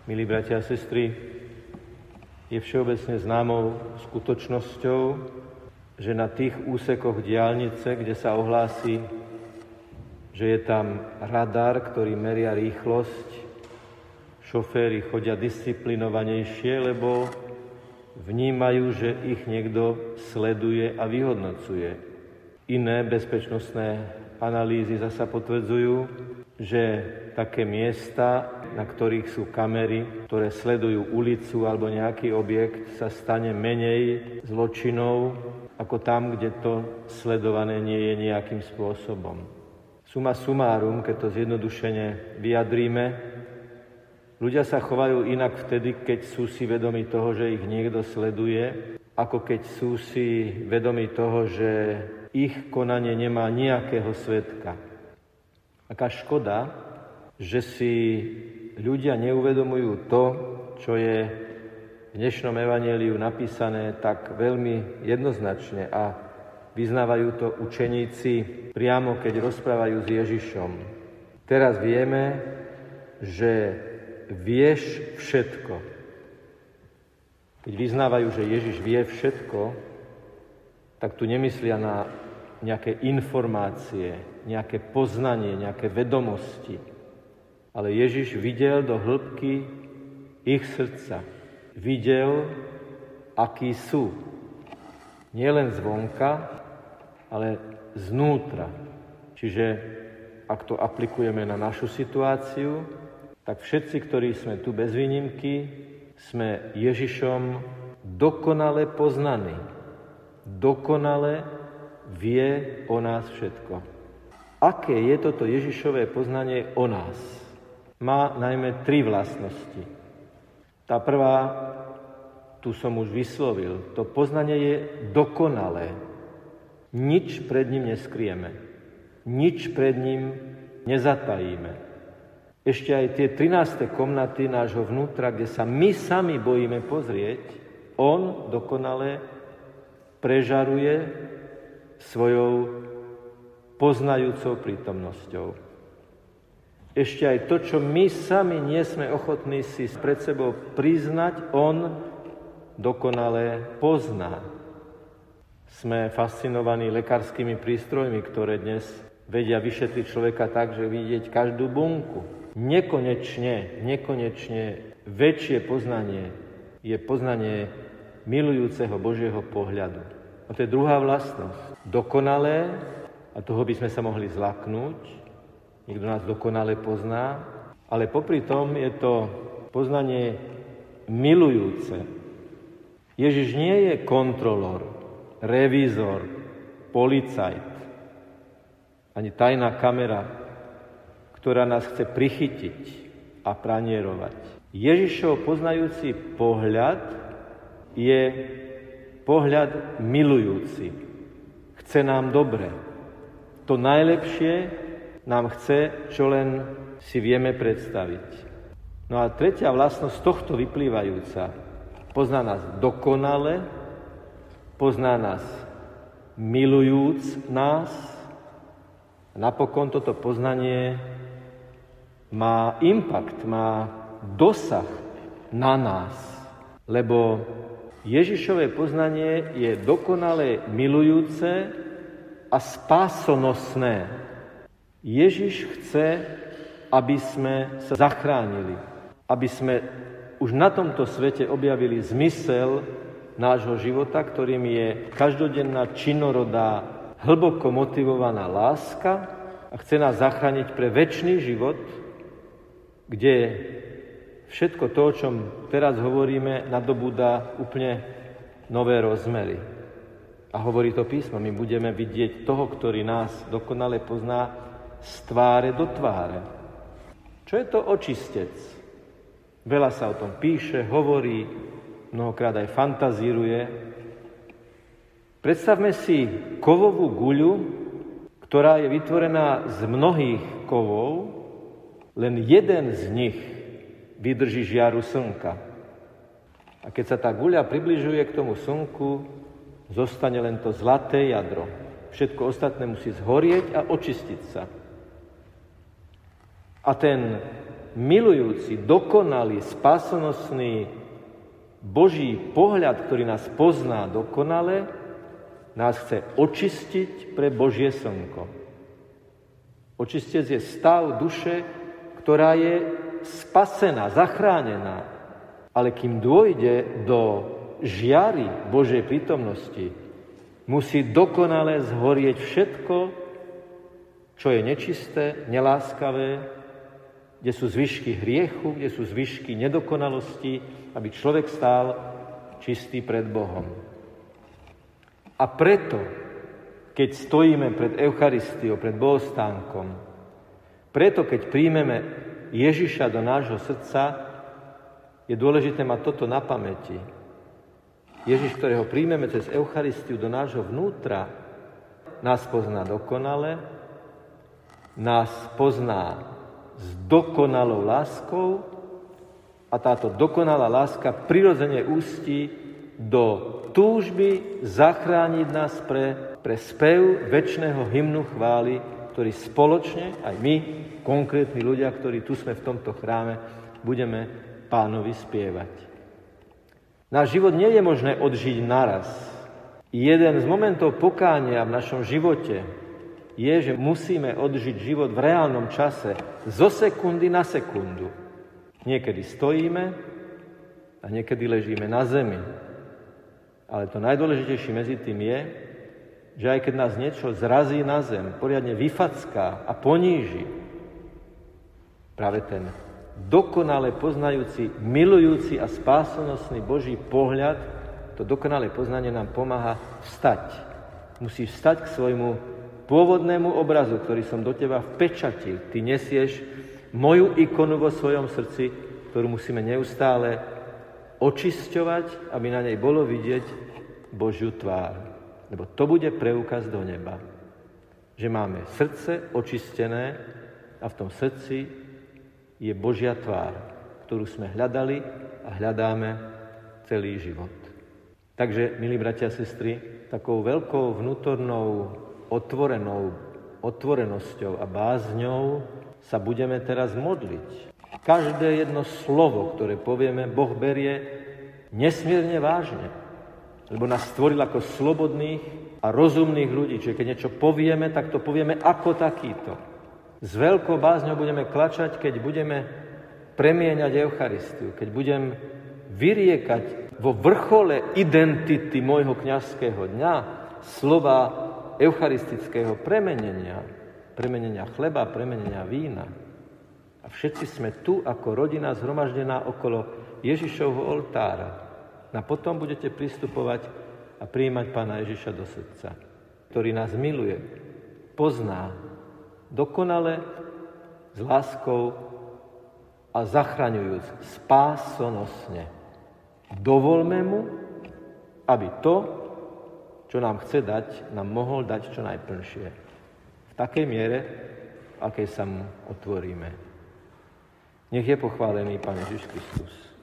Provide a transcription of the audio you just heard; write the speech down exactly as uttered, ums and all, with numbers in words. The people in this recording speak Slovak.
Milí bratia a sestry, je všeobecne známou skutočnosťou, že na tých úsekoch diaľnice, kde sa ohlási, že je tam radar, ktorý meria rýchlosť, šoféri chodia disciplinovanejšie, lebo vnímajú, že ich niekto sleduje a vyhodnocuje. Iné bezpečnostné analýzy zasa potvrdzujú, že také miesta, na ktorých sú kamery, ktoré sledujú ulicu alebo nejaký objekt, sa stane menej zločinov ako tam, kde to sledované nie je nejakým spôsobom. Suma sumárum, keď to zjednodušene vyjadríme, ľudia sa chovajú inak vtedy, keď sú si vedomi toho, že ich niekto sleduje, ako keď sú si vedomi toho, že ich konanie nemá nejakého svedka. Aká škoda, že si ľudia neuvedomujú to, čo je v dnešnom evanjeliu napísané tak veľmi jednoznačne a vyznávajú to učeníci priamo, keď rozprávajú s Ježišom. Teraz vieme, že vieš všetko. Keď vyznávajú, že Ježiš vie všetko, tak tu nemyslia na nejaké informácie, nejaké poznanie, nejaké vedomosti. Ale Ježiš videl do hĺbky ich srdca. Videl, akí sú. Nie len zvonka, ale znútra. Čiže ak to aplikujeme na našu situáciu, tak všetci, ktorí sme tu bez výnimky, sme Ježišom dokonale poznaní. Dokonale vie o nás všetko. Aké je toto Ježišové poznanie o nás? Má najmä tri vlastnosti. Tá prvá, tu som už vyslovil, to poznanie je dokonalé. Nič pred ním neskryjeme. Nič pred ním nezatajíme. Ešte aj tie trináste komnaty nášho vnútra, kde sa my sami bojíme pozrieť, on dokonale prežaruje svojou poznajúcou prítomnosťou. Ešte aj to, čo my sami nie sme ochotní si pred sebou priznať, on dokonale pozná. Sme fascinovaní lekárskymi prístrojmi, ktoré dnes vedia vyšetriť človeka tak, že vidieť každú bunku. Nekonečne, nekonečne väčšie poznanie je poznanie milujúceho Božieho pohľadu. A to je druhá vlastnosť. Dokonalé, a toho by sme sa mohli zlaknúť, niekto nás dokonale pozná, ale popri tom je to poznanie milujúce. Ježiš nie je kontrolór, revízor, policajt, ani tajná kamera, ktorá nás chce prichytiť a pranierovať. Ježišov poznajúci pohľad je pohľad milujúci. Chce nám dobre. To najlepšie nám chce, čo len si vieme predstaviť. No a tretia vlastnosť tohto vyplývajúca. Pozná nás dokonale, pozná nás milujúc nás. A napokon toto poznanie má impact, má dosah na nás. Lebo Ježišové poznanie je dokonale milujúce a spásonosné. Ježiš chce, aby sme sa zachránili, aby sme už na tomto svete objavili zmysel nášho života, ktorým je každodenná činorodá, hlboko motivovaná láska a chce nás zachrániť pre večný život, kde všetko to, o čom teraz hovoríme, nadobúda úplne nové rozmery. A hovorí to písmo, my budeme vidieť toho, ktorý nás dokonale pozná z tváre do tváre. Čo je to očistec? Veľa sa o tom píše, hovorí, mnohokrát aj fantazíruje. Predstavme si kovovú guľu, ktorá je vytvorená z mnohých kovov, len jeden z nich vydrží žiaru slnka. A keď sa tá guľa približuje k tomu slnku, zostane len to zlaté jadro. Všetko ostatné musí zhorieť a očistiť sa. A ten milujúci, dokonalý, spásonosný Boží pohľad, ktorý nás pozná dokonale, nás chce očistiť pre Božie slnko. Očistec je stav duše, ktorá je spasená, zachránená. Ale kým dôjde do žiary Božej prítomnosti, musí dokonale zhorieť všetko, čo je nečisté, neláskavé, kde sú zvyšky hriechu, kde sú zvyšky nedokonalosti, aby človek stál čistý pred Bohom. A preto, keď stojíme pred Eucharistiou, pred bohostánkom, preto, keď príjmeme Ježiša do nášho srdca, je dôležité mať toto na pamäti. Ježiš, ktorého príjmeme cez Eucharistiu do nášho vnútra, nás pozná dokonale, nás pozná s dokonalou láskou a táto dokonalá láska prirodzene ústí do túžby zachrániť nás pre, pre spev večného hymnu chvály, ktorý spoločne, aj my, konkrétni ľudia, ktorí tu sme v tomto chráme, budeme Pánovi spievať. Náš život nie je možné odžiť naraz. Jeden z momentov pokánia v našom živote je, že musíme odžiť život v reálnom čase, zo sekundy na sekundu. Niekedy stojíme a niekedy ležíme na zemi. Ale to najdôležitejšie medzi tým je, že aj keď nás niečo zrazí na zem, poriadne vyfacká a poníži, práve ten dokonale poznajúci, milujúci a spásonosný Boží pohľad, to dokonalé poznanie nám pomáha vstať. Musíš vstať k svojmu pôvodnému obrazu, ktorý som do teba vpečatil. Ty nesieš moju ikonu vo svojom srdci, ktorú musíme neustále očisťovať, aby na nej bolo vidieť Božiu tvár. Lebo to bude preukaz do neba. Že máme srdce očistené a v tom srdci je Božia tvár, ktorú sme hľadali a hľadáme celý život. Takže, milí bratia a sestry, takou veľkou vnútornou otvorenou otvorenosťou a bázňou sa budeme teraz modliť. Každé jedno slovo, ktoré povieme, Boh berie nesmierne vážne, lebo nás stvoril ako slobodných a rozumných ľudí. Čiže keď niečo povieme, tak to povieme ako takýto. S veľkou bázňou budeme klačať, keď budeme premieňať Eucharistiu, keď budem vyriekať vo vrchole identity môjho kňazského dňa slova eucharistického premenenia, premenenia chleba, premenenia vína. A všetci sme tu ako rodina zhromaždená okolo Ježišovho oltára. A potom budete pristupovať a prijímať Pána Ježiša do srdca, ktorý nás miluje, pozná dokonale, s láskou a zachraňujúc spásonosne. Dovolme mu, aby to, čo nám chce dať, nám mohol dať čo najplnšie. V takej miere, akej sa mu otvoríme. Nech je pochválený Pán Ježiš Kristus.